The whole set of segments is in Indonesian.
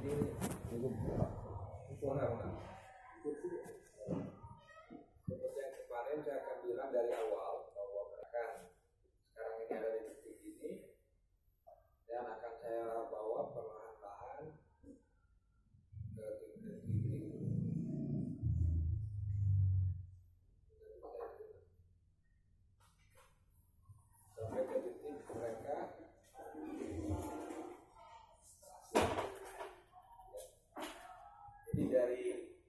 Seperti yang kemarin saya akan bilang dari awal bahwa mereka sekarang ini ada di titik ini dan akan saya bawa perlahan-lahan ke titik sampai ke titik mereka. Jadi dari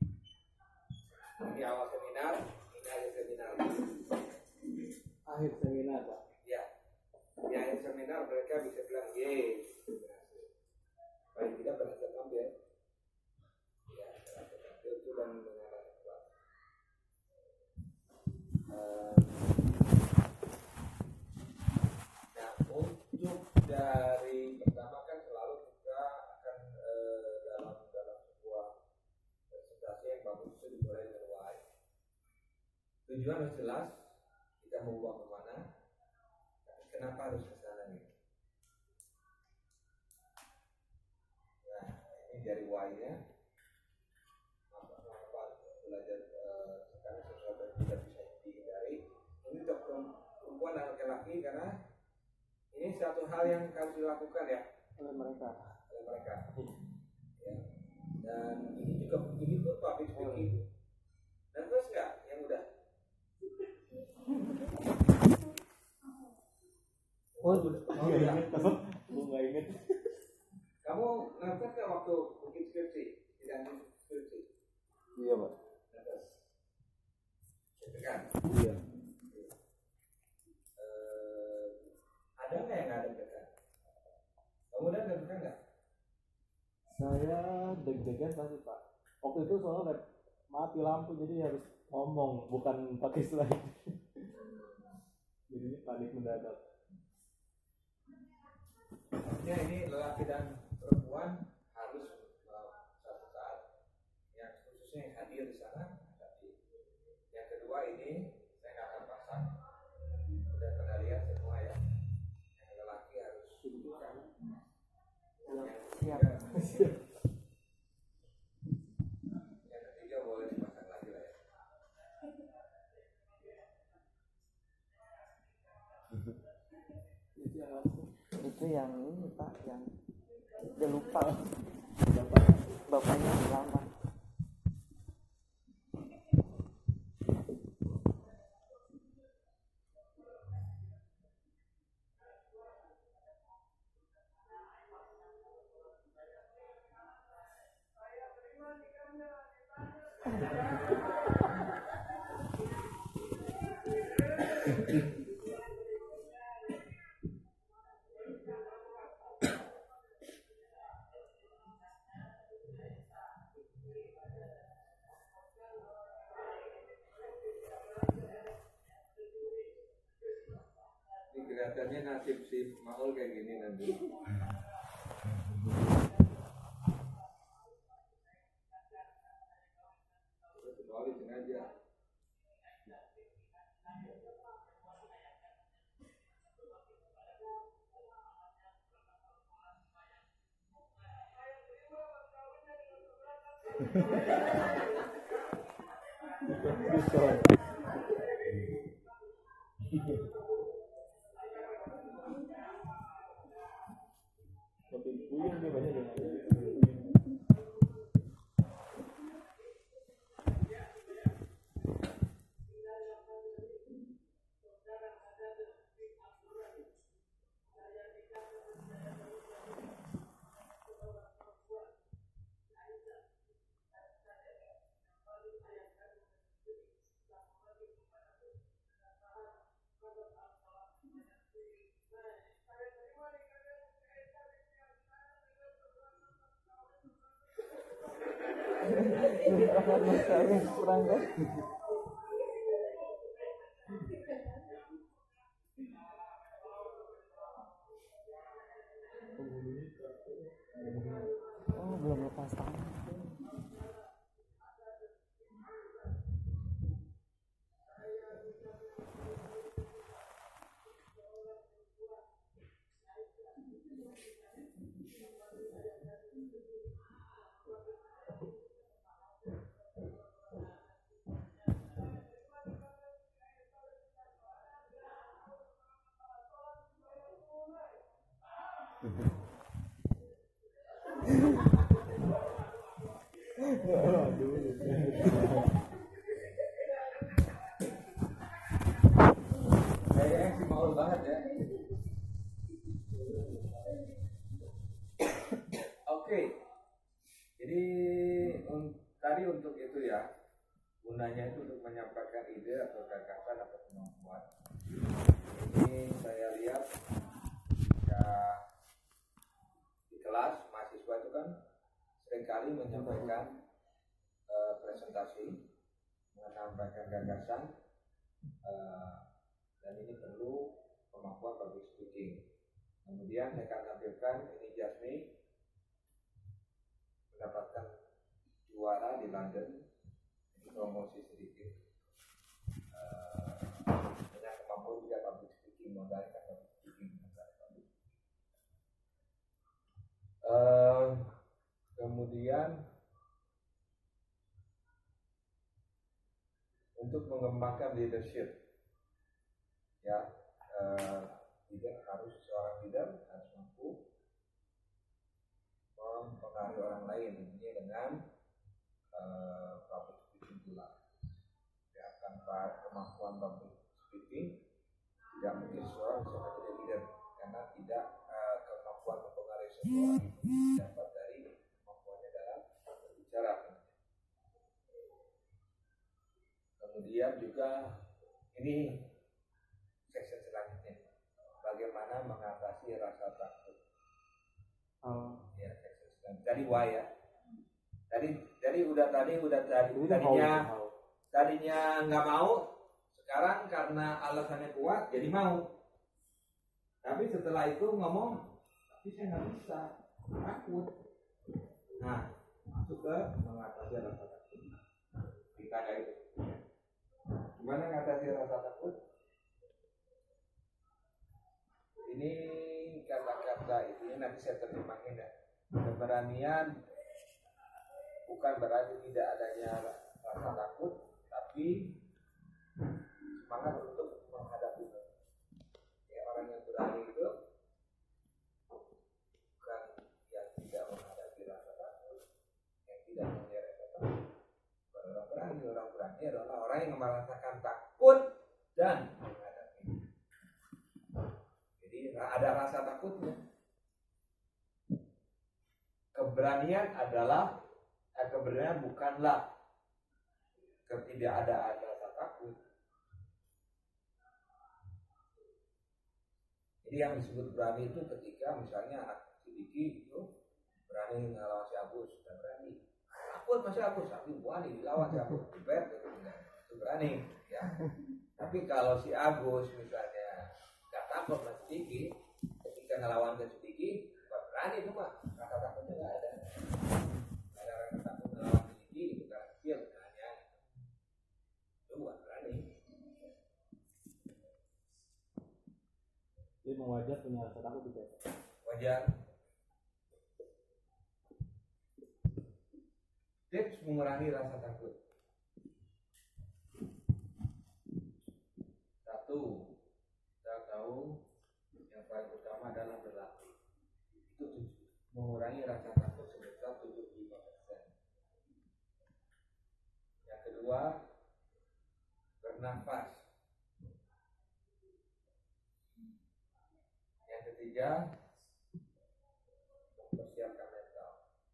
ini awal seminar, ini akhir seminar. Akhir seminar, Pak. Ya, di akhir seminar mereka bisa bilang, ye, berhasil. Paling tidak berhasil tampil. Ya, berhasil tampil itu dan mengarah ke kelas. Nah, untuk dari pertama kan selalu kita akan dalam sebuah presentasi yang bagus itu dimulai dengan why. Tujuan harus jelas, kita mau bawa kemana, tapi kenapa harus ke sana gitu. Nah, ini dari why-nya. Mengapa belajar sekarang sesuatu yang tidak bisa dihindari. Ini untuk perempuan dan laki-laki karena ini satu hal yang harus dilakukan ya oleh mereka. Ya. Dan ini juga begini tuh public speaking. Dan terus nggak yang udah? Nggak inget. Kamu nervous nggak waktu bikin skripsi? Tidak skripsi? Iya, Pak. Nervous. Gitu kan? Iya. Ada nggak yang ada deg-degan? Kamu udah deg-degan nggak? Saya deg-degan pasti, Pak. Waktu itu soalnya mati lampu jadi harus ngomong bukan pakai slide. Jadi panik mendadak. Ya ini lelaki dan perempuan harus satu saat yang khususnya yang hadir di sana. Yang kedua ini saya nggak akan pasang. Udah pernah lihat semua ya. Yang lelaki harus dudukkan. Yang ketiga boleh dipasang lagi lah ya. Itu yang ini Pak, yang udah lupa bapaknya bilang Pak. Kelihatannya nasib si Maul kayak gini nanti. Kecuali sengaja. Tapi puyeng dia banyak dengan kurang kan? Oh, belum lepas tangan. Kayaknya sih mau banget ya. Oke. Jadi tadi untuk itu ya, gunanya itu untuk menyampaikan ide atau gagasan atau kemampuan. Ini saya lihat ya, di kelas mahasiswa itu kan seringkali menyampaikan presentasi, menyampaikan gagasan, dan ini perlu kemampuan public speaking. Kemudian saya akan tampilkan ini Jasmi mendapatkan juara di London, ini promosi sedikit. Dengan kemampuan juga public speaking, mengendalikan public speaking. Kemudian untuk mengembangkan leadership, ya, seorang leader harus mampu mempengaruhi orang lain, ini dengan public speaking pula. Ya, tanpa kemampuan public speaking tidak mungkin seorang bisa menjadi leader, karena tidak kemampuan mempengaruhi seseorang itu dapat dari kemampuannya dalam berbicara. Kemudian juga ini section selanjutnya, bagaimana mengatasi rasa takut. Ya, section selanjutnya. Dari why ya. Tadinya nggak mau, sekarang karena alasannya kuat jadi mau. Tapi setelah itu ngomong, tapi saya nggak bisa, takut. Nah, masuk ke mengatasi rasa takut. Ditanya itu. Gimana mengatasi rasa takut? Ini kata-kata itu nanti saya terjemahin ya. Keberanian bukan berarti tidak adanya rasa takut, tapi semangat untuk menghadapinya. Ya, orang yang berani itu bukan yang tidak menghadapi rasa takut, yang tidak mempunyai rasa takut. Orang berani adalah orang yang merasakan takut dan menghadapinya. Jadi ada rasa takutnya. Keberanian bukanlah ketidakadaan rasa takut. Jadi yang disebut berani itu ketika misalnya anak si Diki itu berani ngelawan si Agus, dan berani. Takut masih Agus, tapi berani dilawan si Agus, itu berani. Ya. Tapi kalau si Agus misalnya nggak takut sama si Diki, ketika ngelawan ke si Diki, nggak berani itu mah, rasa takutnya nggak ada. Ada rasa takut ngelawan si Diki itu karena kecil hanya itu bukan berani. Jadi wajar punya rasa takut juga. Wajar. Tips mengurangi rasa takut. 1, kita tahu yang paling utama adalah berlatih. Itu mengurangi rasa takut sebesar 75%. Yang kedua, bernafas. Yang ketiga, mempersiapkan mental.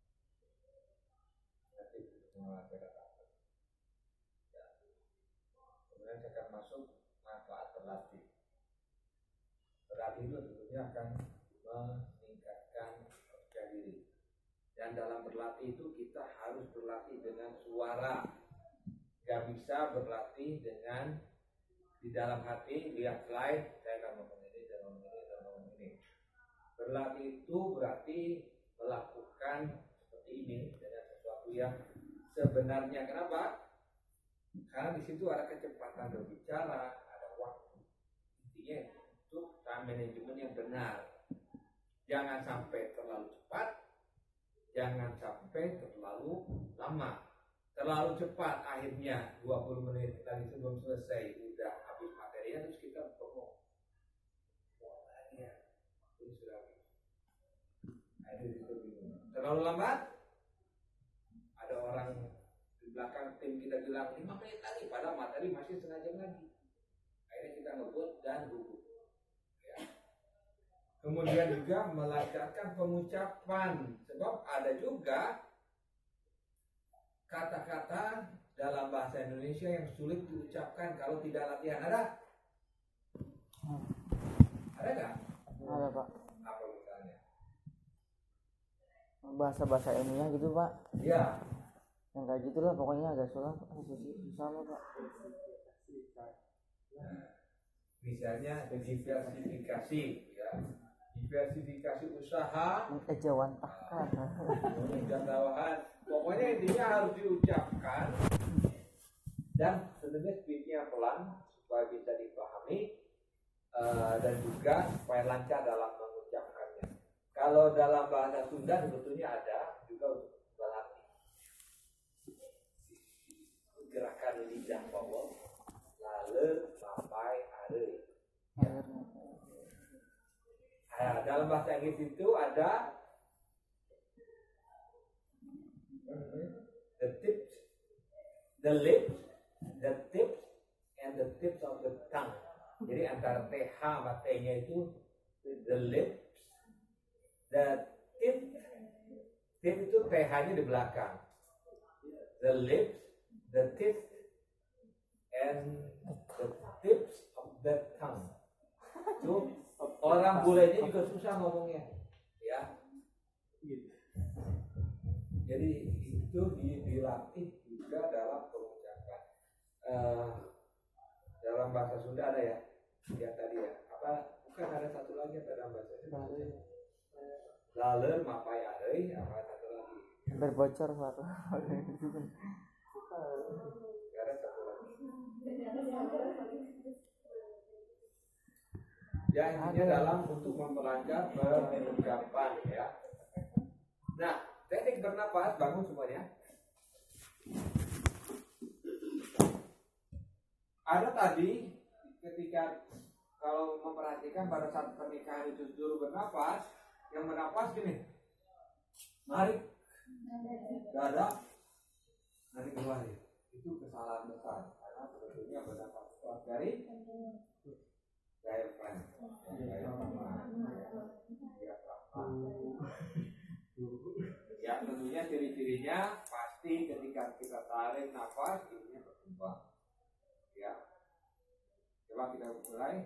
Nanti mengurangi rasa takut. Ya. Kemudian saya akan masuk manfaat berlatih. Berlatih itu tentunya akan meningkatkan percaya diri. Dan dalam berlatih itu kita harus berlatih dengan suara. Gak bisa berlatih dengan di dalam hati, lihat slide, saya akan ngomong ini, dan ngomong ini, dan ngomong ini. Berlatih itu berarti melakukan seperti ini dengan sesuatu yang sebenarnya. Kenapa? Karena di situ ada kecepatan berbicara, ada waktu. Intinya untuk time management yang benar. Jangan sampai terlalu cepat, jangan sampai terlalu lama. Terlalu cepat akhirnya 20 menit lagi sebelum selesai udah habis materinya, terus kita ngomong lagi ya, ini sudah habis. Nah, itu bingung. Terlalu lambat, ada orang di belakang tim kita bilang 5 menit lagi, padahal materi masih setengah jam lagi. Akhirnya kita ngebut dan gugup. Ya. Kemudian juga melancarkan pengucapan, sebab ada juga kata-kata dalam bahasa Indonesia yang sulit diucapkan kalau tidak latihan. Ada? Ada nggak? Ada Pak. Apa misalnya? Bahasa-bahasa ilmiah gitu Pak. Ya. Yang kayak gitulah pokoknya agak susah lah Pak. Misalnya diversifikasi, ya. Diversifikasi usaha, Ejawantahkan. pengetahuan. Pokoknya intinya harus diucapkan dan sebenarnya speednya pelan supaya bisa dipahami dan juga supaya lancar dalam mengucapkannya. Kalau dalam bahasa Sunda sebetulnya ada juga untuk berlatih gerakan lidah bawah laler sampai are. Dalam bahasa Inggris itu ada the tips, the lips, the tips, and the tips of the tongue. Jadi antara TH sama T-nya itu the lips, the tip, tip itu TH-nya di belakang. The lips, the tips, and the tips of the tongue. Itu orang bulenya juga susah ngomongnya, ya. Jadi itu dilatih juga dalam pengucapan. Dalam bahasa Sunda ada ya, ya tadi ya. Apa? Bukan ada satu lagi dalam bahasa Sunda. Laler mapai arei, apa satu lagi? Berbocor Pak. Ada satu lagi. Ya intinya dalam untuk memperlancar pengucapan ya. Nah, teknik bernapas, bangun semuanya. Ada tadi ketika kalau memperhatikan pada saat pernikahan itu dulu bernapas, yang bernapas gini, narik dada, narik kembali. Itu kesalahan besar karena sebetulnya bernapas kuat dari diaphragm. Ya tentunya ciri-cirinya pasti ketika kita tarik nafas ininya berkembang. Ya, coba kita mulai.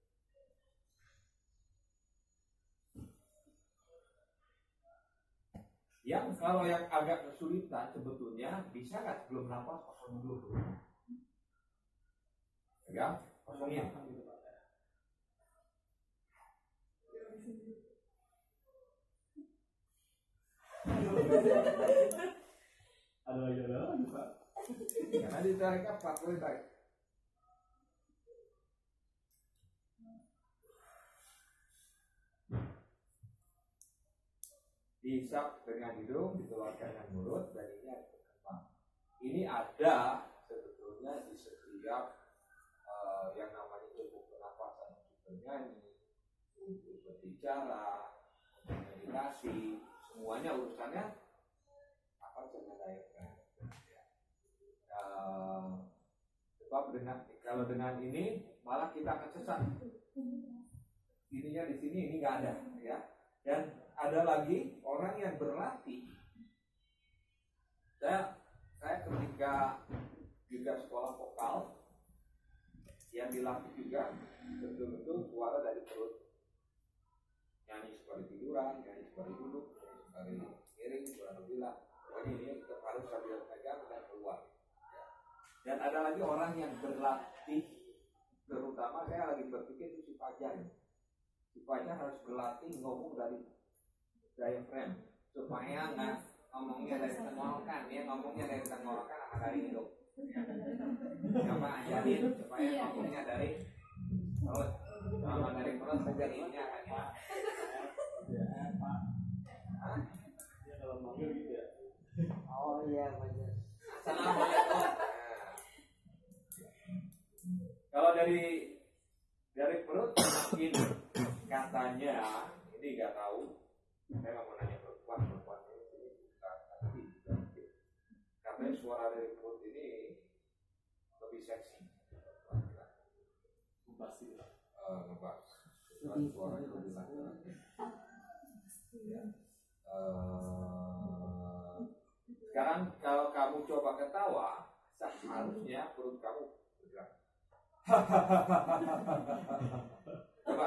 Yang kalau yang agak kesulitan sebetulnya bisa nggak sebelum nafas kosong dulu? Ya, kosongnya. Ada lagi Pak. Karena ditarik apa? Boleh tarik. Dihisap dengan hidung, dikeluarkan dengan mulut, dan ini harus berkembang. Ini ada sebetulnya di setiap yang namanya ilmu pernapasan, untuk bernyanyi, untuk berbicara, meditasi, semuanya urusannya apa dengan diaphragm. Sebab kalau dengan ini malah kita akan sesat. Ininya di sini, ini nggak ada, ya. Dan ada lagi orang yang berlatih. Saya ketika juga sekolah vokal yang dilatih juga betul-betul suara dari perut. Nyanyi seperti tiduran, nyanyi seperti duduk, nyanyi seperti miring, suara bila. Pokoknya ini tetap harus sambil pegang dan keluar. Ya. Dan ada lagi orang yang berlatih, terutama saya lagi berpikir itu si Fajar. Si Fajar harus berlatih ngomong dari diaphragm supaya nggak ngomongnya dari tenggorokan, dia ngomongnya dari tenggorokan sama dari hidung. Coba ajarin supaya ngomongnya dari perut, sama dari perut saja ini akan ya. Ya kalau manggil gitu ya. Oh iya benar. Assalamualaikum. Kalau dari perut mungkin katanya ini nggak tahu. Saya nggak mau nanya perempuan ini suaranya lebih lancar. Ya. Sekarang kalau kamu coba ketawa, seharusnya perut kamu bergerak. Coba.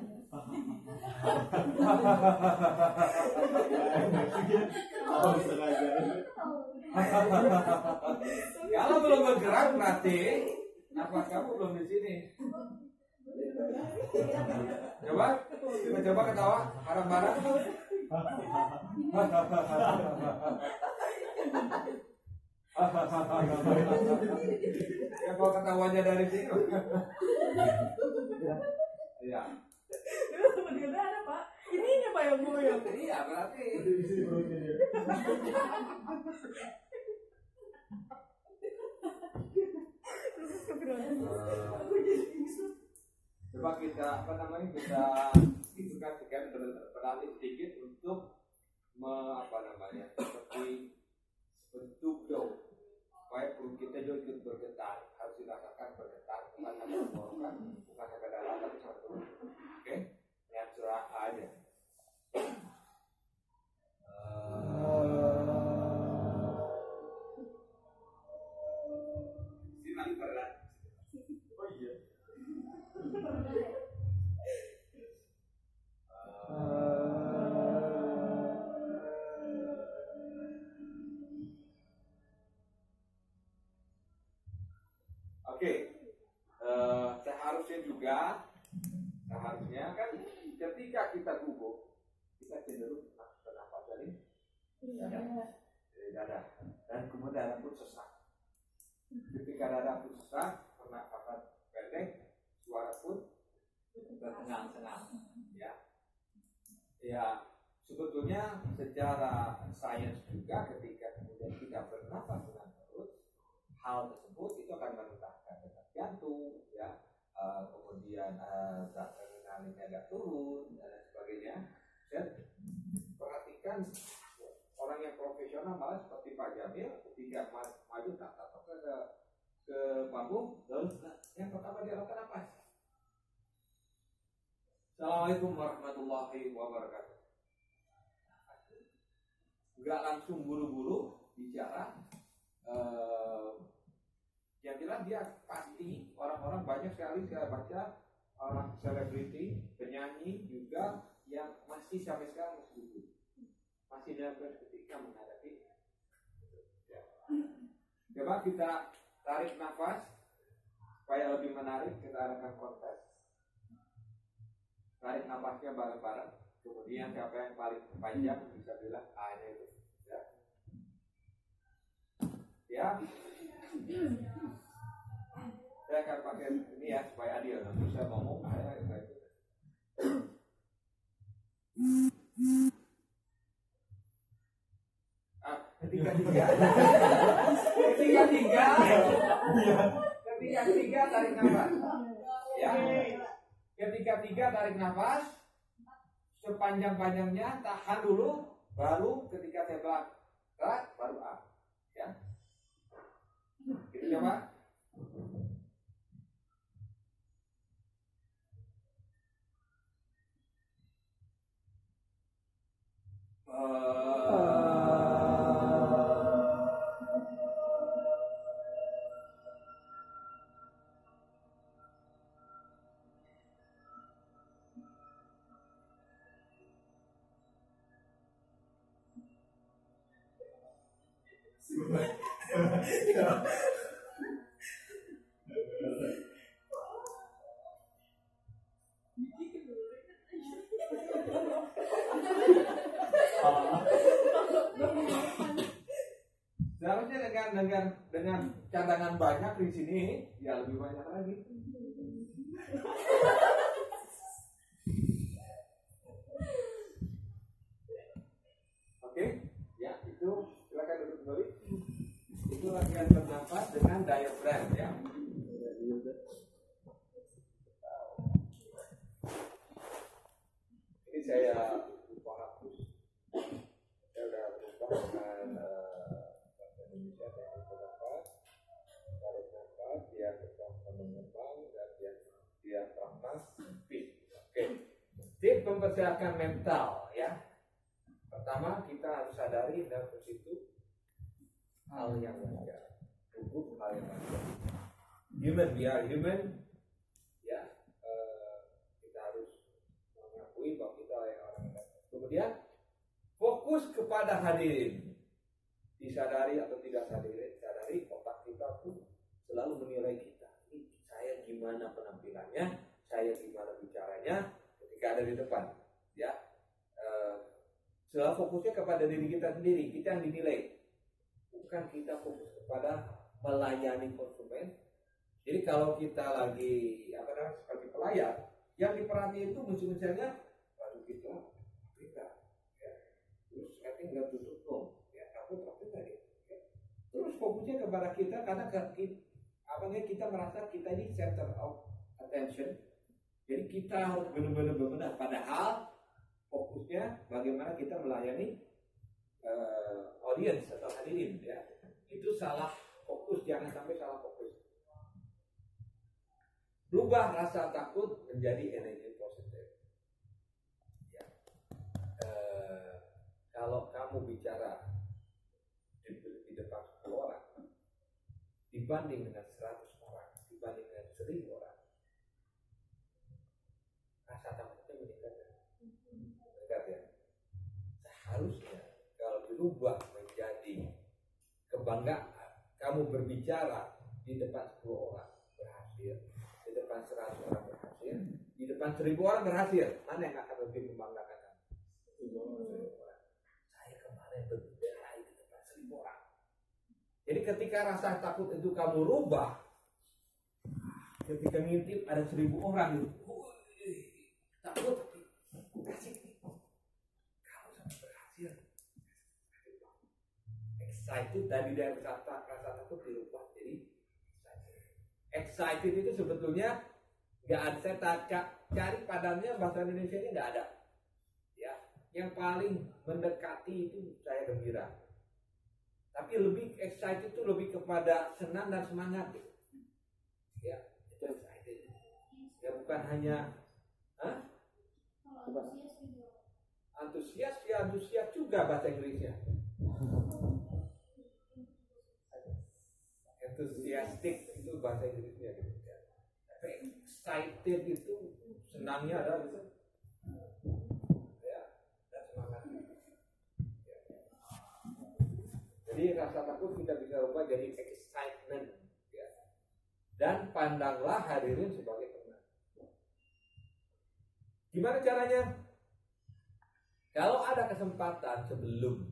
Kalau belum bergerak berarti nafas kamu belum di sini. Coba, kita coba ketawa bareng-bareng. Ya kalau ketawanya dari sini. Iya. Bener ada Pak. Ininya Pak yang goyang. Iya berarti. Coba kita kita beralih sedikit untuk seperti bentuk dough supaya perut kita juga ikut bergetar, harus dirasakan bergetar, bukan hanya tenggorokan, bukan hanya darah tapi satu. Oke, lihat surah aja. Simak berat. Oh iya. Oke, seharusnya kan ketika kita gugup, kita cenderung bernafas dari dada, dan kemudian dada pun sesak. Ketika dada pun sesak, pernafasan pendek, suara pun tersengal-sengal. Ya, sebetulnya secara sains juga ketika kemudian kita bernafas dengan perut, hal tersebut itu akan merendahkan detak jantung, ya, kemudian adrenalinnya agak turun dan sebagainya. Dan perhatikan orang yang profesional malah seperti Pak Jamil ketika maju tak ke panggung, terus yang pertama dia lakukan apa? Assalamualaikum warahmatullahi wabarakatuh. Enggak langsung buru-buru bicara. Yang jelas dia pasti orang-orang banyak sekali saya baca orang selebriti, penyanyi juga yang masih sampai sekarang masih duduk, masih dapat ketika menghadapi. Ya. Coba kita tarik nafas supaya lebih menarik, kita adakan kontes. Tarik nafasnya bareng-bareng, kemudian siapa yang paling panjang bisa bilang ini itu. Ya. Saya akan pakai ini ya supaya adil, nanti saya ngomong itu. Ketiga tarik nafas. Ya. Ketiga tarik nafas sepanjang-panjangnya, tahan dulu, baru ketika saya berat baru ya. Kita coba. Seharusnya dengan cadangan banyak di sini, ya lebih banyak lagi. Oke, ya itu silakan duduk kembali. Itu latihan bernafas dengan diaphragm ya. Ini saya lupa hapus. Saya udah lupa dengan Indonesia teknik bernafas, tarik nafas, dia mengembang dan dia nafas, speed. Oke. mempersiapkan mental ya. Pertama kita harus sadari nervous itu hal yang wajar, tubuh hal yang wajar. Human, we are human ya. Kita harus mengakui bahwa kita orang yang nervous. Kemudian fokus kepada hadirin. Disadari atau tidak sadari otak kita pun selalu menilai kita. Ini saya gimana penampilannya, saya gimana bicaranya ketika ada di depan ya. Selalu fokusnya kepada diri kita sendiri, kita yang dinilai, bukan kita fokus kepada melayani konsumen. Jadi kalau kita lagi seperti pelayan, yang diperhatikan itu misalnya baru kita ya. Terus nanti nggak tutup dong ya, aku nggak ya. Terus fokusnya kepada kita karena kita merasa kita ini center of attention. Jadi kita harus benar-benar padahal fokusnya bagaimana kita melayani audiens atau hadirin ya. Itu salah fokus, jangan sampai salah fokus. Rubah rasa takut menjadi energi positif ya. Kalau kamu bicara di depan 10 orang dibanding dengan 100 orang, dibanding dengan 1000 orang, rasa takutnya meningkat ya. Seharusnya kalau dirubah menjadi kebanggaan, kamu berbicara di depan 10 orang berhasil, di depan 100 orang berhasil, di depan 1000 orang berhasil, mana yang akan lebih membanggakan kamu? 1000 orang. Saya kemarin berbicara di depan 1000 orang. Jadi ketika rasa takut itu kamu rubah, ketika ngintip ada 1000 orang itu, takut asik nih, kalau sampai berhasil, excited dari rasa takut dirubah jadi excited itu sebetulnya nggak ada. Saya cari padannya bahasa Indonesia ini nggak ada ya. Yang paling mendekati itu saya gembira, tapi lebih excited itu lebih kepada senang dan semangat ya. Itu excited ya, bukan hanya antusias ya, antusias juga bahasa Inggrisnya. Enthusiastic itu bahasa Inggrisnya gitu ya. Tapi excited itu senangnya ada gitu. Ya, dan semangatnya. Ya. Jadi rasa takut kita bisa ubah jadi excitement ya. Dan pandanglah hadirin sebagai teman. Gimana caranya? Kalau ada kesempatan sebelum,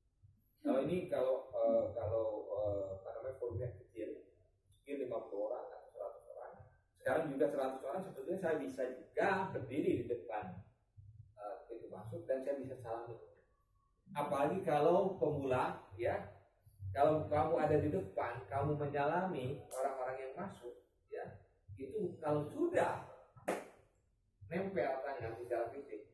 kalau forumnya kecil, mungkin 50 orang atau 100 orang. Sekarang juga 100 orang sebetulnya saya bisa juga berdiri di depan pintu masuk dan saya bisa salamin. Apalagi kalau pemula ya, kalau kamu ada di depan, kamu menyalami orang-orang yang masuk ya, itu kalau sudah nempel tangan secara fisik,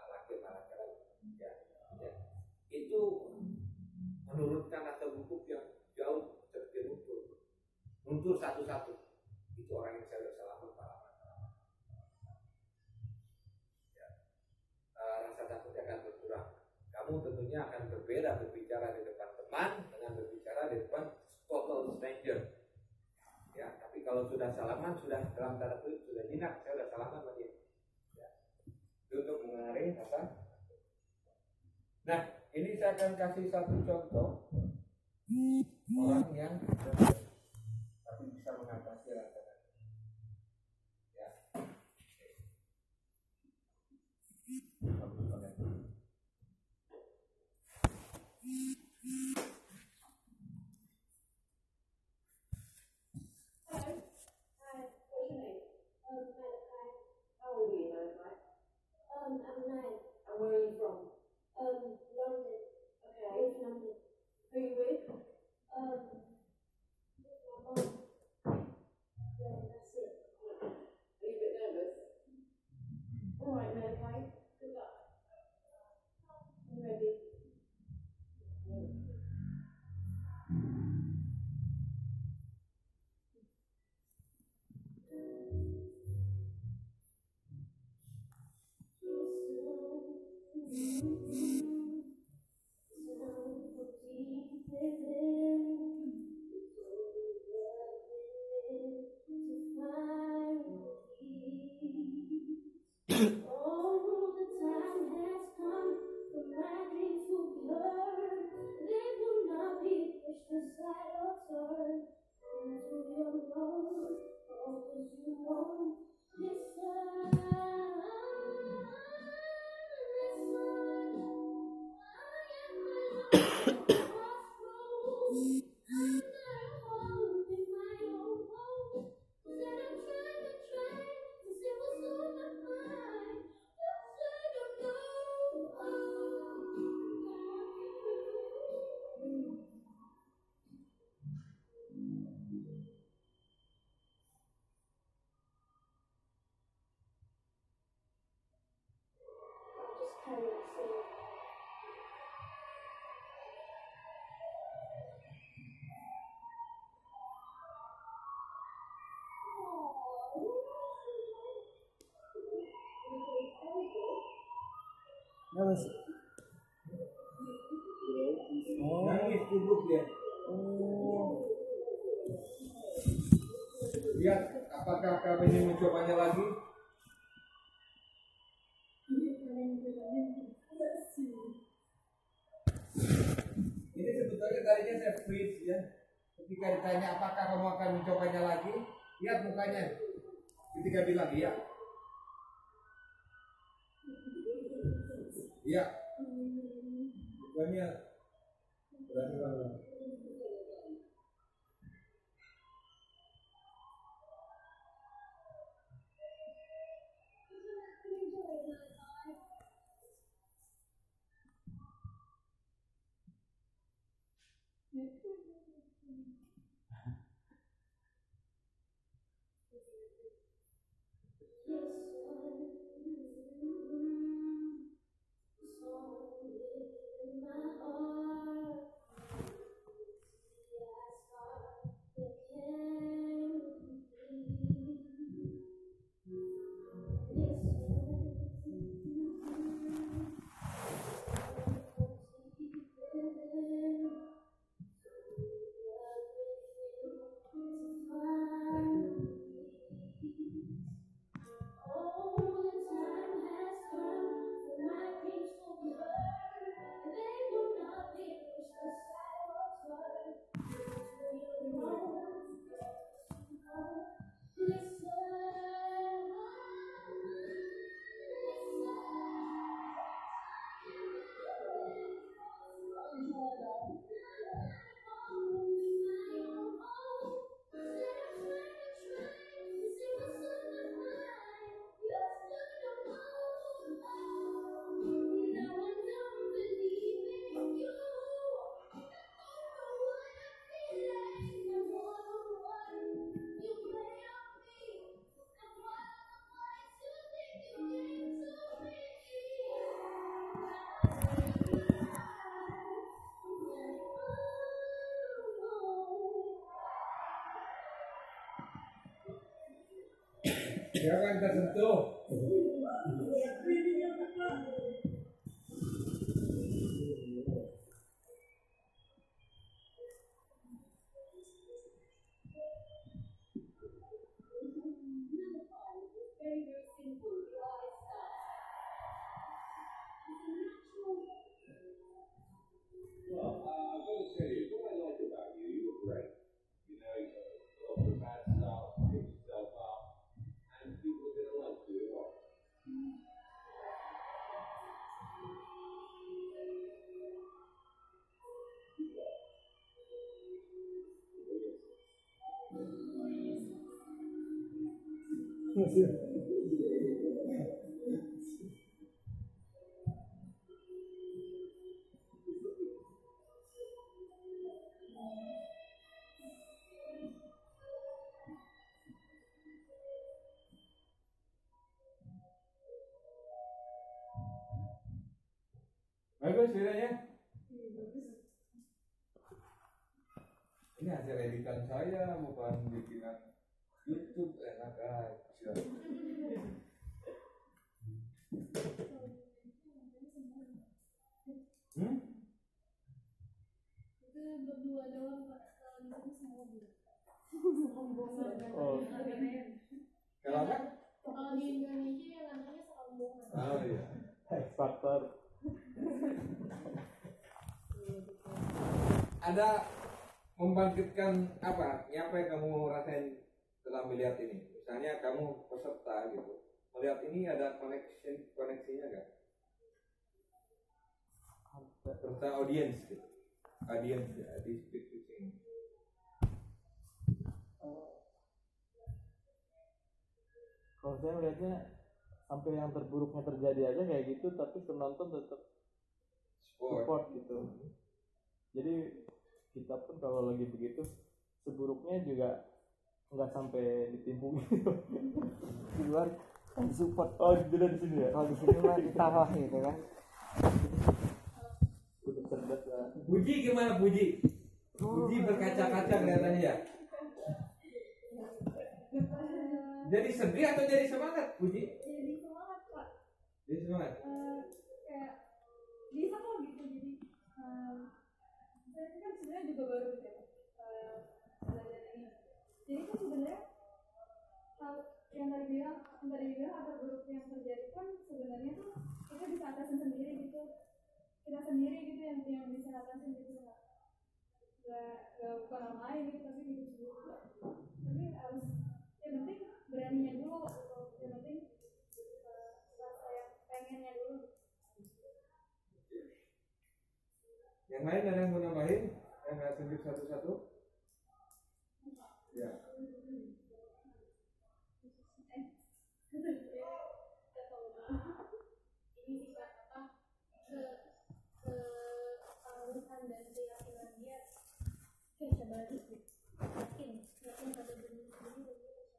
itu menurunkan rasa gugup yang jauh seperti luntur satu-satu. Itu orang yang saya salaman ya. Rasa takutnya akan berkurang. Kamu tentunya akan berbeda berbicara di depan teman dengan berbicara di depan total stranger ya. Tapi kalau sudah salaman, sudah dalam tanda kutip sudah jinak, saya sudah salaman sama dia ya. Untuk mengenai rasa. Nah, ini saya akan kasih satu contoh orang yang tapi bisa mengatasi rasa takut. Ya. I'm 9. And where are you from? London. Okay. Where's London? Who are you with? My mum. Yeah, that's it. Are you a bit nervous? Alright, man, okay. Good luck. Nangis kubuk dia. Lihat apakah kami ingin mencobanya lagi? Ini sebetulnya tadinya saya freeze ya. Ketika ditanya apakah kamu akan mencobanya lagi, lihat mukanya. Ketika bilang iya. Iya. Mukanya berani banget. Siapa yang tersentuh? Well, I'm going to tell you what I like about you. You were great. You know, off the bad stuff, pick yourself up, and people are going to like you a lot. Bagus bedanya. Ini hasil editan saya, bukan bikinan YouTube. Enak aja. Itu berdua doang Pak. Kalau di sini semua berdua. Oh. Kalau apa? Kalau di Indonesia yang namanya serombongan. Oh iya. X Factor. Ada membangkitkan apa? Apa yang kamu rasain setelah melihat ini? Misalnya kamu peserta gitu, melihat ini ada koneksinya nggak? Serta audiens gitu. audience di speed fishing? Kalau saya melihatnya sampai yang terburuknya terjadi aja kayak gitu, tapi penonton tetap support gitu. Jadi kita pun kalau lagi begitu, seburuknya juga nggak sampai ditimbun gitu. Di luar kan support. Oh, beda di sini ya. Kalau di sini mah ditawa gitu kan. Udah cerdas lah. Puji gimana Puji? Puji berkaca-kaca kelihatannya ya. Jadi sedih atau jadi semangat Puji? Jadi semangat Pak. Jadi semangat. Kayak bisa kok gitu. Jadi saya kan sebenarnya juga baru gitu ya, belajar ini. Jadi kan sebenarnya hal yang tadi bilang akar buruk yang terjadi kan sebenarnya tuh kita bisa atasin sendiri gitu. Kita sendiri gitu yang bisa atasin gitu, nggak bukan orang lain gitu, tapi gitu sendiri. Tapi harus yang penting beraninya dulu, yang penting rasa yang pengennya dulu. Yang lain ada yang mau nambahin? Yang nggak tunjuk satu-satu? Ya. Ini sih Pak, apa keharusan dan keyakinan dia kayak sebalik yakin pada diri sendiri.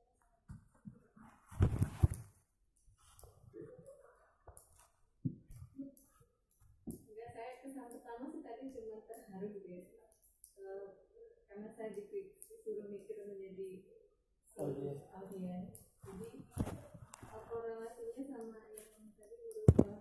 Enggak, saya kesan pertama sih tadi cuma terharu gitu ya, karena saya disuruh mikir menjadi audiens. Jadi korelasinya sama yang tadi berubah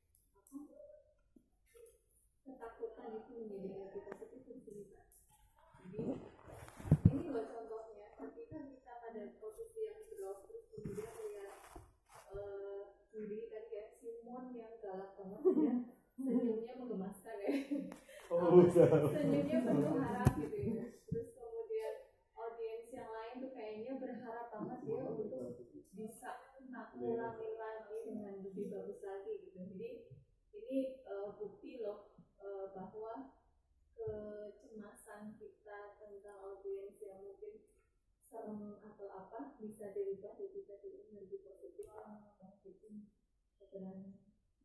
ketakutan itu menjadi negatif positif di sini Pak. Jadi ini loh contohnya, ketika kita pada posisi yang drop terus kemudian lihat juri kan kayak Simon yang galak banget ya, senyumnya menggemaskan ya. Senyumnya penuh harap gitu ya. Terus kemudian audiens yang lain tuh kayaknya berharap banget dia untuk bisa ngulangin lagi dengan lebih bagus lagi gitu. Jadi ini bukti loh bahwa kecemasan kita tentang audiens yang mungkin serem atau apa bisa dirubah jadi lebih positif yang membangkitkan keberanian.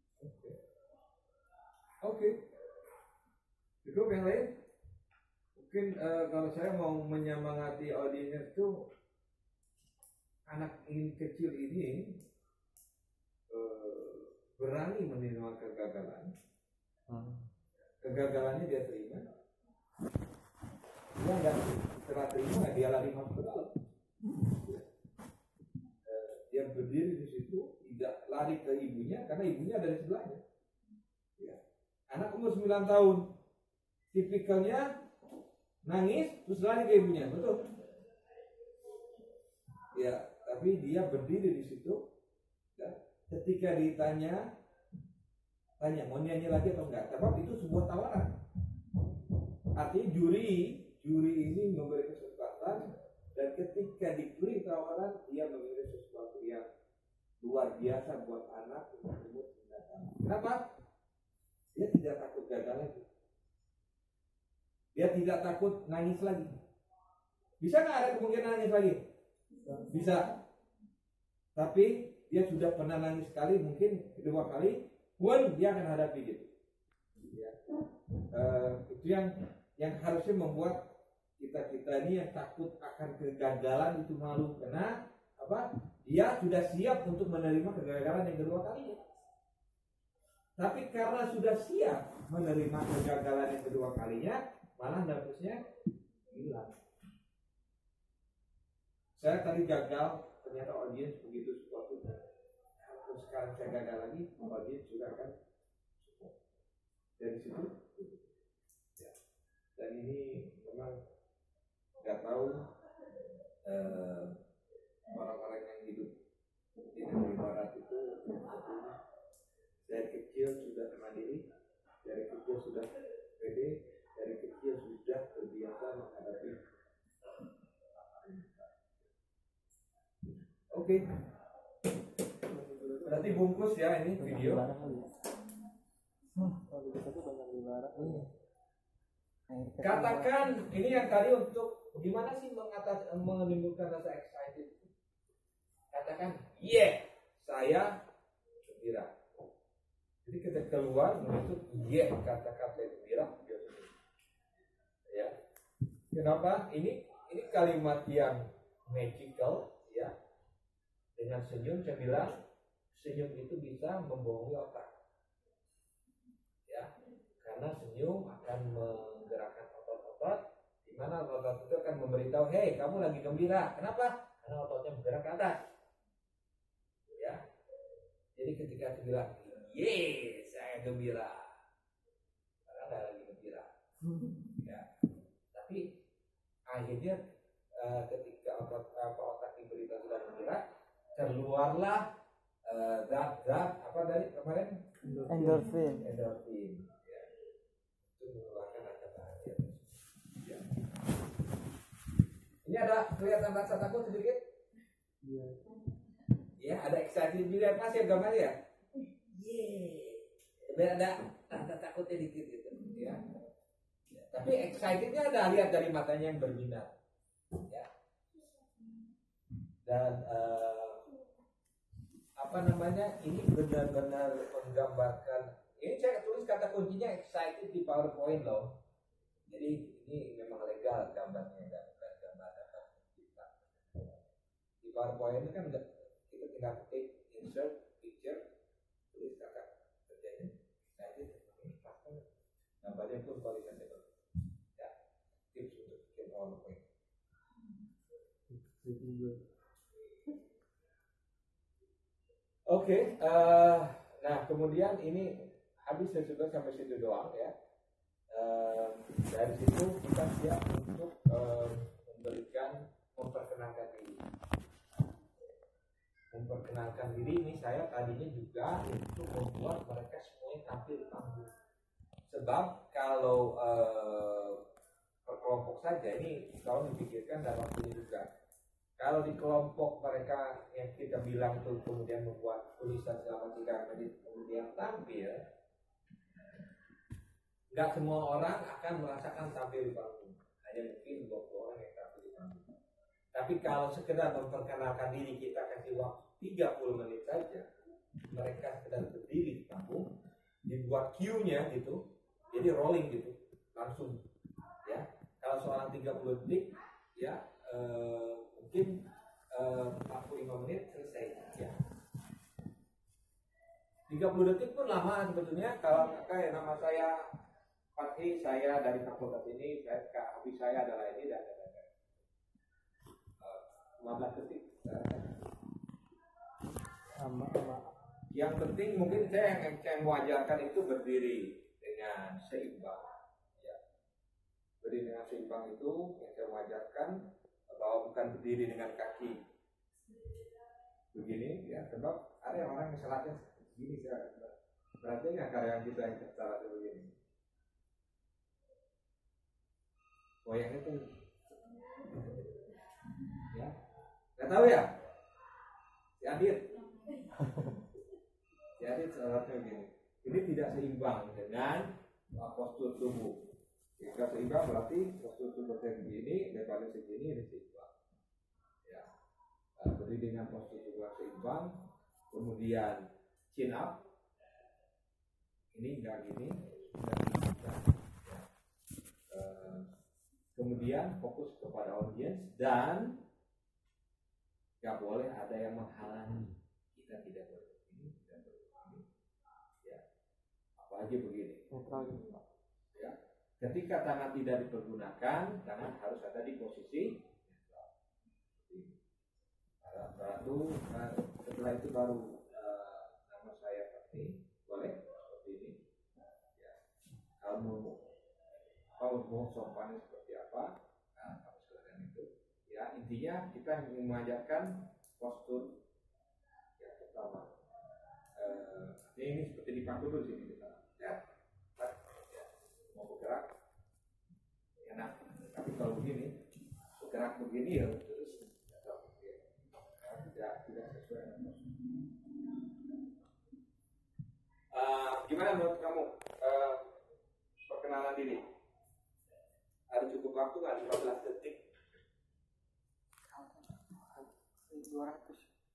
Oke. Cukup yang lain? Mungkin kalau saya mau menyemangati audiens itu, anak ini kecil ini berani menerima kegagalan. Kegagalannya dia terima. Dia nggak setelah terima dia lari masuk ke dalam. Dia berdiri di situ, tidak lari ke ibunya karena ibunya ada di sebelahnya. Ya. Anak umur 9 tahun, tipikalnya nangis terus lari ke ibunya, betul? Ya, tapi dia berdiri di situ. Ya. Ketika ditanya, mau nyanyi lagi atau enggak? Sebab itu sebuah tawaran. Artinya juri ini memberi kesempatan, dan ketika diberi tawaran dia memilih sesuatu yang luar biasa buat anak umur 9 tahun. Kenapa? Dia tidak takut gagal lagi. Dia tidak takut nangis lagi. Bisa nggak ada kemungkinan nangis lagi? Bisa. Tapi dia sudah pernah nangis sekali, mungkin kedua kali pun dia akan hadapi gitu. Ya. Itu yang harusnya membuat kita ini yang takut akan kegagalan itu malu, karena apa? Dia sudah siap untuk menerima kegagalan yang kedua kalinya. Tapi karena sudah siap menerima kegagalan yang kedua kalinya, malah nervousnya hilang. Saya tadi gagal, ternyata audiens begitu sesuatu. Terus sekarang saya gagal lagi, audiens juga akan support. Dari situ, ya. Dan ini memang nggak tahu orang-orang yang hidup di negeri barat itu dari kecil sudah mandiri, dari kecil sudah pede, dari kecil sudah terbiasa menghadapi. Oke. Berarti bungkus ya ini video. Kalau gitu banyak di barat. Katakan ini yang tadi untuk gimana sih menimbulkan rasa excited. Katakan, saya gembira. Jadi kita keluar menuntut kata-kata gembira. Ya. Kenapa? Ini kalimat yang magical, ya. Dengan senyum, saya bilang senyum itu bisa membohongi otak. Ya. Karena senyum akan menggerakkan otot-otot, di mana otot itu akan memberitahu, hey, kamu lagi gembira. Kenapa? Karena ototnya bergerak ke atas. Ya. Jadi ketika saya bilang, saya gembira, karena nggak lagi gembira. Ya. Tapi akhirnya ketika otak diberitahu sudah bergerak, keluarlah zat apa dari kemarin? Endorfin. Ya. Itu mengeluarkan rasa bahagia. Ya. Ini ada kelihatan rasa takut sedikit? Iya. Ya, ada excited juga masih gambar ya? Ada rasa takutnya dikit gitu, ya. Tapi excitednya ada, lihat dari matanya yang berbinar, ya. Dan ini benar-benar menggambarkan. Ini saya tulis kata kuncinya excited di PowerPoint loh. Jadi ini memang legal gambarnya, nggak bukan gambar dapat kita. Di PowerPoint itu kan kita tinggal ketik insert picture, tulis kata kerjanya excited, ini pasti gambarnya pun kualitasnya bagus. Ya, tips untuk bikin PowerPoint. Oke, nah kemudian ini habis sudah sampai situ doang ya. Dari situ kita siap untuk memperkenalkan diri. Memperkenalkan diri ini saya tadinya juga untuk membuat mereka semuanya tampil di panggung. Sebab kalau per kelompok saja ini kalau dipikirkan dalam waktunya juga. Kalau di kelompok mereka yang kita bilang itu kemudian membuat tulisan selama 3 menit kemudian tampil, nggak semua orang akan merasakan tampil di panggung. Hanya mungkin 20 orang yang tampil di panggung. Tapi kalau sekedar memperkenalkan diri, kita kasih waktu 30 menit saja, mereka sekedar berdiri di panggung, dibuat cue-nya gitu, jadi rolling gitu, langsung. Ya, kalau seorang 30 detik, ya. Mungkin 45 menit selesai ya. 30 detik pun lama sebetulnya. Kalau kayak nama saya Fatih, saya dari fakultas ini, habis saya adalah ini dan 15 detik. Yang penting mungkin saya yang mewajarkan itu berdiri dengan seimbang. Ya. Berdiri dengan seimbang itu yang saya wajarkan, bahwa bukan berdiri dengan kaki begini ya, sebab ada yang orang yang salatnya begini, berarti nggak karya kita yang salat begini, goyangnya tuh ya, nggak tahu ya, si Adit salatnya begini, ini tidak seimbang dengan postur tubuh. Jika seimbang berarti postur tubuh saya begini, lebarnya segini, ini seimbang. Ya, berdiri dengan postur tubuh seimbang, kemudian chin up, ini enggak gini, ya. Kemudian fokus kepada audiens dan nggak boleh ada yang menghalangi. Kita tidak boleh begini, tidak boleh begini. Ya, apalagi begini. Ya. Ketika tangan tidak dipergunakan, tangan harus ada di posisi setelah itu baru nama saya seperti boleh seperti ini. Ya. Kalau mau sopannya seperti apa, kamu silakan itu. Ya, intinya kita mengajarkan postur ya pertama. Ini seperti di panggung dulu sini kita. Ya. Mau bergerak enak, tapi kalau begini bergerak begini ya terus tidak sesuai dengan gimana menurut kamu perkenalan diri? waktu nggak 15 detik. 200.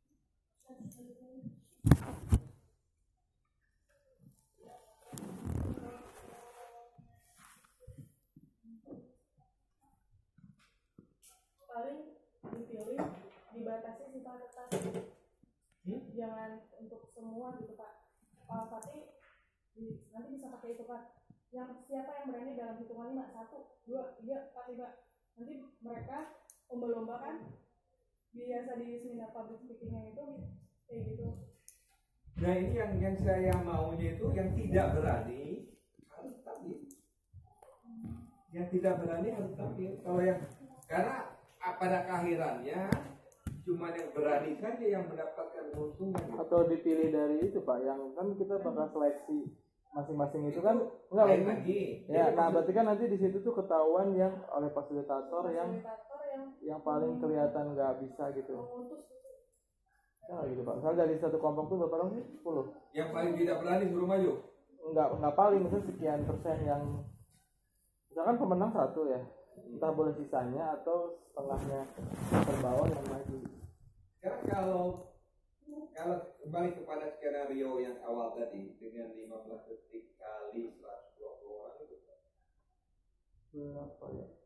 Paling dipilih dibatasi sifat ketat. Jangan untuk semua gitu Pak. Pak Fatih nanti bisa pakai itu Pak. Yang siapa yang berani dalam hitungan 5, 1, 2, 3, 4, 5. Nanti mereka lomba-lomba kan biasa di seminar public speaking itu kayak gitu. Nah ini yang saya maunya itu yang tidak berani harus tampil. Yang tidak berani harus tampil. Kalau yang karena pada akhirannya cuma yang berani saja yang mendapatkan keuntungan. Atau dipilih dari itu Pak, yang kan kita bakal seleksi masing-masing itu kan enggak lagi. Ya, nah berarti kan nanti di situ tuh ketahuan yang oleh fasilitator yang paling kelihatan nggak bisa gitu. Ya gitu Pak. Misalnya dari satu kelompok tuh berapa orang sih? 10. Yang paling tidak berani suruh maju. Enggak paling, misalnya sekian persen yang misalkan pemenang 1 ya. Entah boleh sisanya atau setengahnya terbawah yang maju. Karena kalau kembali kepada skenario yang awal tadi dengan 15 detik kali 120 orang itu berapa ya?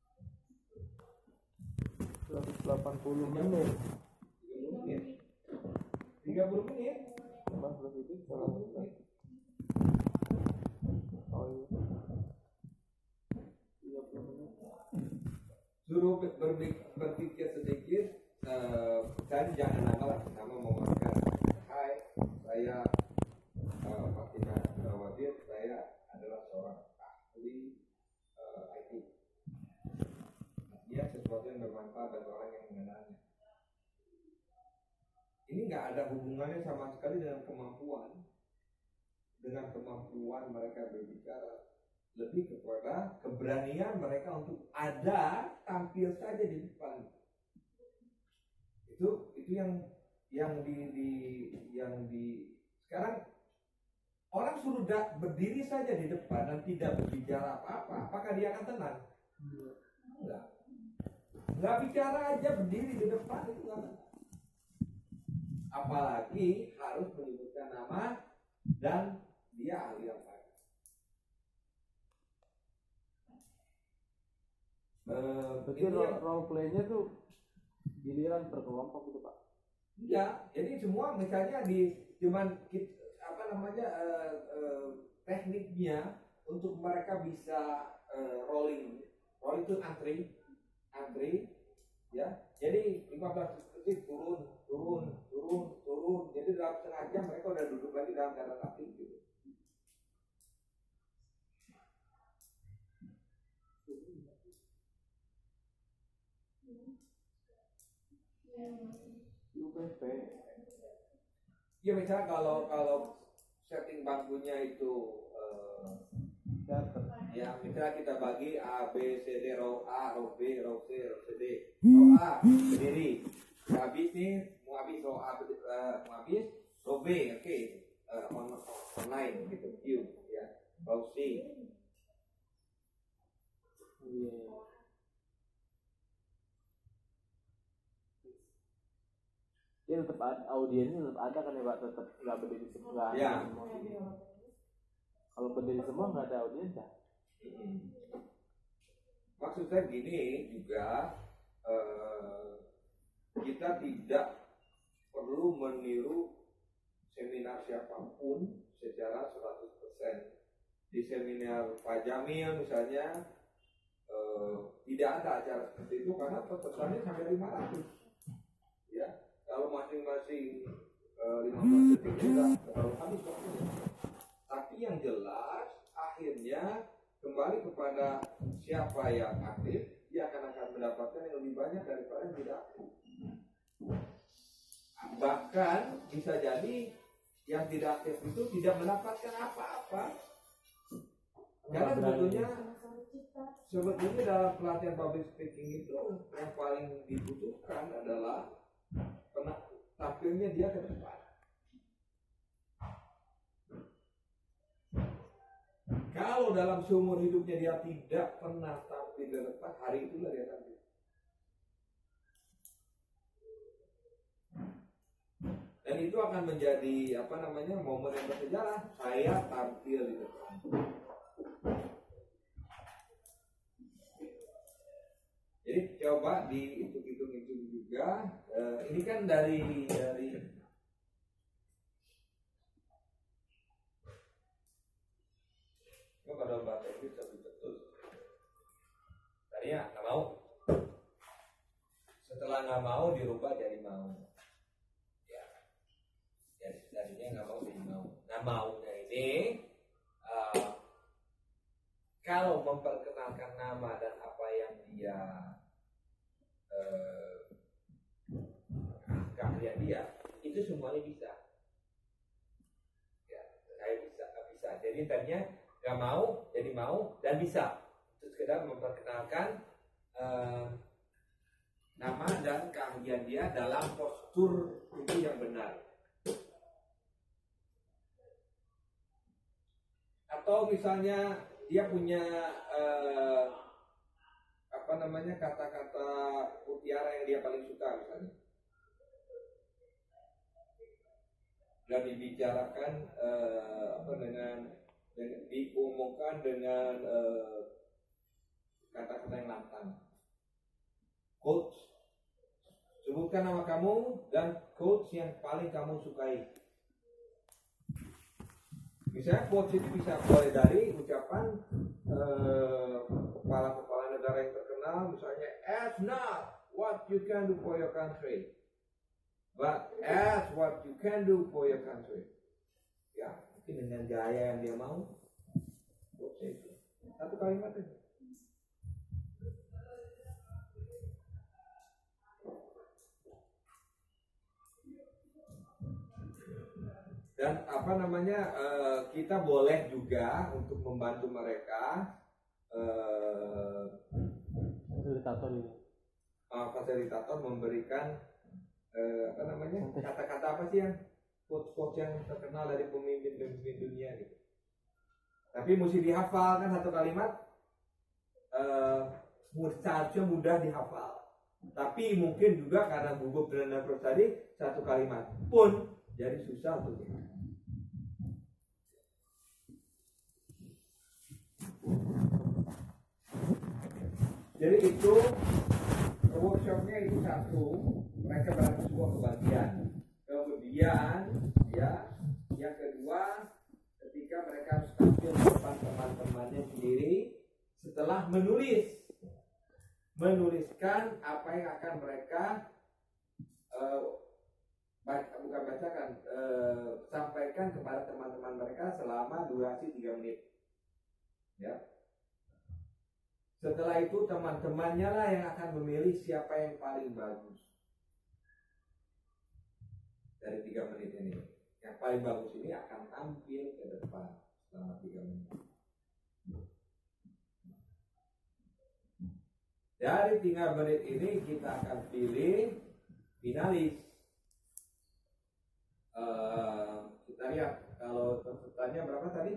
180 menit. 30 menit. 15 detik 1 menit. Oh iya. 30 menit. Suruh berpikir sedikit. Saya jangan nama memakai. Hai, saya Fatimah Wadir. Saya adalah seorang ahli IT. Dia sesuatu yang bermanfaat bagi orang yang mengenalnya. Ini nggak ada hubungannya sama sekali dengan kemampuan mereka berbicara, lebih kepada keberanian mereka untuk ada tampil saja di depan. Itu yang di sekarang orang suruh berdiri saja di depan dan tidak berbicara apa-apa, apakah dia akan tenang? Nggak bicara aja berdiri di depan itu nggak tenang. Apalagi harus menyebutkan nama dan dia ahli apa. Berarti role play-nya tuh giliran per kelompok gitu Pak? Enggak, jadi semua misalnya tekniknya untuk mereka bisa rolling itu antri ya. Jadi 15 detik turun. Jadi dalam setengah jam mereka udah duduk lagi dalam keadaan rapi gitu. UPP. Ya misalnya kalau setting bangkunya itu ya misalnya kita bagi A, B, C, D, row A, row B, row C, row C, D. Row A berdiri. Habis nih mau habis row A mau habis row B, oke. Online gitu, view ya. Row C. Ya tetap audiensnya tetap ada kan ya Pak, tetap nggak berdiri semua. Ya. Kalau berdiri semua nggak ada audiens ya. Maksud saya gini juga kita tidak perlu meniru seminar siapapun secara 100%. Di seminar Pak Jamil misalnya tidak ada acara seperti itu karena pesertanya sampai 500 ya. Kalau masing-masing 15 detik sudah terlalu habis waktunya. Tapi yang jelas akhirnya kembali kepada siapa yang aktif, dia akan mendapatkan yang lebih banyak daripada yang tidak aktif. Bahkan bisa jadi yang tidak aktif itu tidak mendapatkan apa-apa. Karena sebetulnya dalam pelatihan public speaking itu yang paling dibutuhkan adalah tampilnya dia ke depan. Kalau dalam seumur hidupnya dia tidak pernah tampil bulan depan, hari itulah dia tampil. Dan itu akan menjadi momen yang bersejarah. Saya tampil di depan. Jadi coba dihitung itu juga. Ini kan dari pada bahasa Inggris tapi betul. Tadinya nggak mau. Setelah nggak mau dirubah jadi mau. Ya. Jadi tadinya nggak mau jadi mau. Nah maunya ini kalau memperkenalkan nama dan apa yang dia keahlian dia itu semuanya bisa. Ya, saya bisa. Jadi tadinya nggak mau jadi mau dan bisa. Itu sekedar memperkenalkan nama dan keahlian dia dalam postur tubuh yang benar. Atau misalnya dia punya kata-kata mutiara yang dia paling suka misalnya. Dan dibicarakan diumumkan dengan kata-kata yang lantang. Quotes, sebutkan nama kamu dan quotes yang paling kamu sukai. Misalnya quotes itu bisa mulai dari ucapan kepala-kepala negara yang terkenal, misalnya ask not what you can do for your country, but ask what you can do for your country. Ya, mungkin dengan gaya yang dia mau. Quotes itu satu kalimat aja. Dan kita boleh juga untuk membantu mereka fasilitator memberikan kata-kata apa sih yang quote-quote yang terkenal dari pemimpin-pemimpin dunia gitu. Tapi mesti dihafal kan satu kalimat, seharusnya mudah dihafal. Tapi mungkin juga karena gugup dan nafas tadi satu kalimat pun jadi susah untuk dihafal. Jadi itu workshopnya itu satu, mereka berarti sebuah kebahagiaan. Kemudian ya, yang kedua ketika mereka harus tampil di depan teman-temannya sendiri setelah menuliskan apa yang akan mereka sampaikan kepada teman-teman mereka selama durasi 3 menit. Ya. Setelah itu teman-temannya lah yang akan memilih siapa yang paling bagus dari 3 menit ini. Yang paling bagus ini akan tampil ke depan selama 3 menit. Dari 3 menit ini kita akan pilih finalis. Kita lihat kalau pesertanya berapa tadi?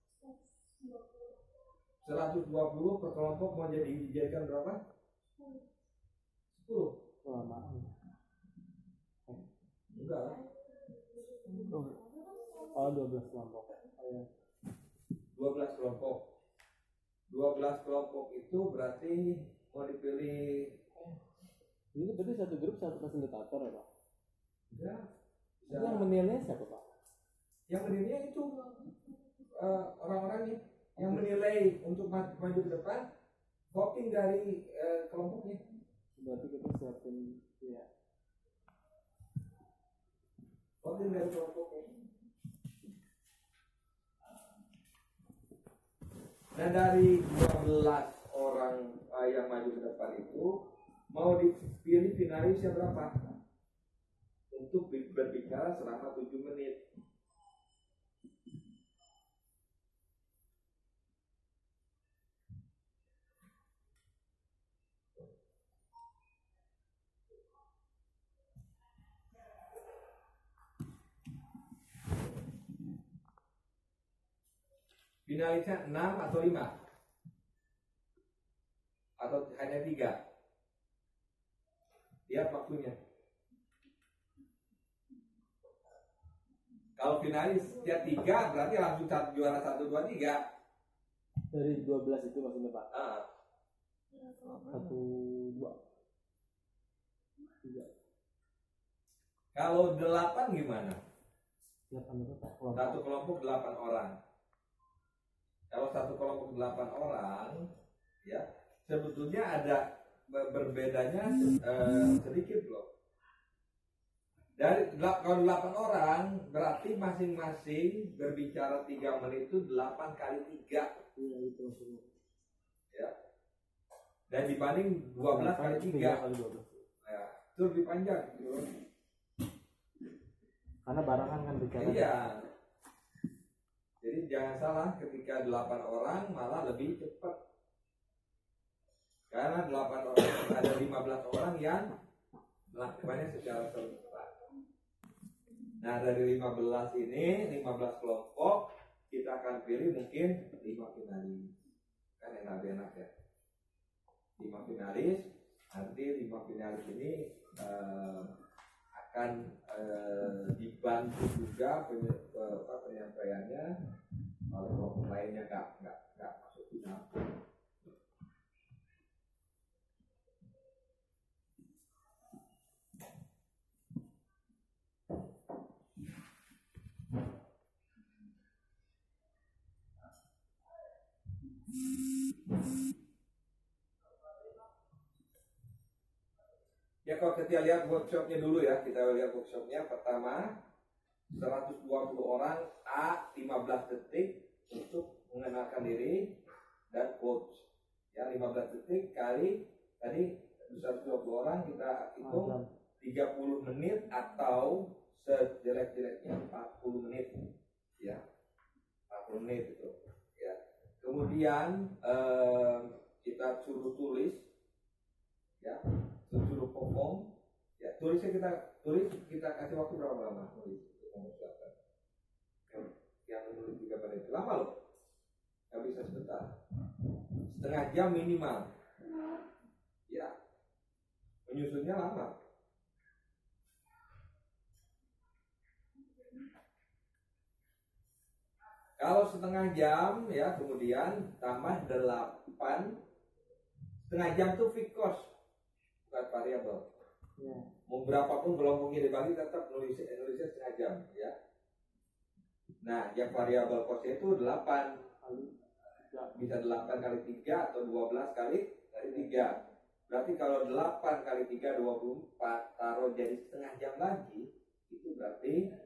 120 per kelompok mau dijadikan berapa? 10. Kelamaan. Enggak lah. 12 kelompok. 12 kelompok. 12 kelompok itu berarti mau dipilih. Ini berarti satu grup satu fasilitator ya Pak? Ya. Yang menilai siapa Pak? Yang menilai itu orang-orangnya. Yang menilai untuk maju ke depan, voting dari kelompoknya. Berarti kita siapin ya. Voting dari kelompoknya. Dan dari 12 orang yang maju ke depan itu mau dipilih finalisnya berapa? Untuk berbicara selama 7 menit. Finalisnya 6 atau 5? atau hanya 3? Lihat waktunya. Kalau finalis dia 3 berarti langsung juara 1, 2, 3. Dari 12 itu maksudnya Pak. 1, 2, 3. Kalau 8 gimana? 8 itu Pak. Satu kelompok 8 orang. Kalau satu kelompok 8 orang, ya sebetulnya ada berbedanya sedikit loh. Kalau 8 orang berarti masing-masing berbicara 3 menit itu 8 kali 3. Iya itu maksudnya. Ya. Dan dibanding 12 kali 3. Ya, itu lebih panjang gitu. Karena barengan kan bicara. Iya. Jadi jangan salah ketika 8 orang malah lebih cepat. Karena 8 orang ada 15 orang yang melakukannya secara serentak. Nah, dari 15 ini, 15 kelompok, kita akan pilih mungkin 5 finalis. Kan enak-enak ya. 5 finalis, nanti 5 finalis ini akan dibantu juga penyampaiannya oleh kelompok lainnya nggak masuk final. Ya kalau kita lihat workshopnya dulu ya, kita lihat workshopnya. Pertama 120 orang A 15 detik untuk mengenalkan diri dan quotes. Ya 15 detik kali tadi 120 orang kita hitung 30 menit atau sejelek-jeleknya 40 menit. Ya 40 menit itu. Ya. Kemudian kita suruh tulis ya. Suruh perform, ya kita kasih waktu berapa lama nulis untuk mempersiapkan. Yang nulis 3 menit lama loh, nggak bisa sebentar, setengah jam minimal. Ya, menyusunnya lama. Kalau setengah jam ya kemudian tambah 8, setengah jam tuh fixed cost. Variabel. Ya. Mau berapapun kelompoknya dibagi tetap nulisnya setengah jam ya. Nah, yang variabel costnya itu 8. Bisa 8 kali 3 atau 12 kali 3. Berarti kalau 8 kali 3 24 taruh jadi setengah jam lagi, itu berarti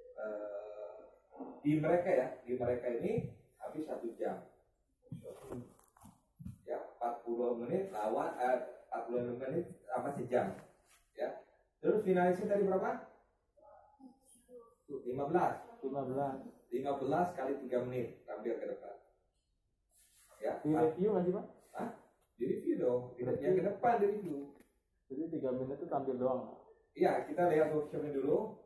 di mereka ini habis 1 jam. Ya, 40 menit lawan 45 menit apa sejam ya. Terus finalisnya tadi berapa? 15 kali 3 menit tampil ke depan ya. Di review nggak sih Pak? Hah? Di review dong, yang ke depan di review. Jadi 3 menit itu tampil doang? Iya, kita lihat workshopnya dulu.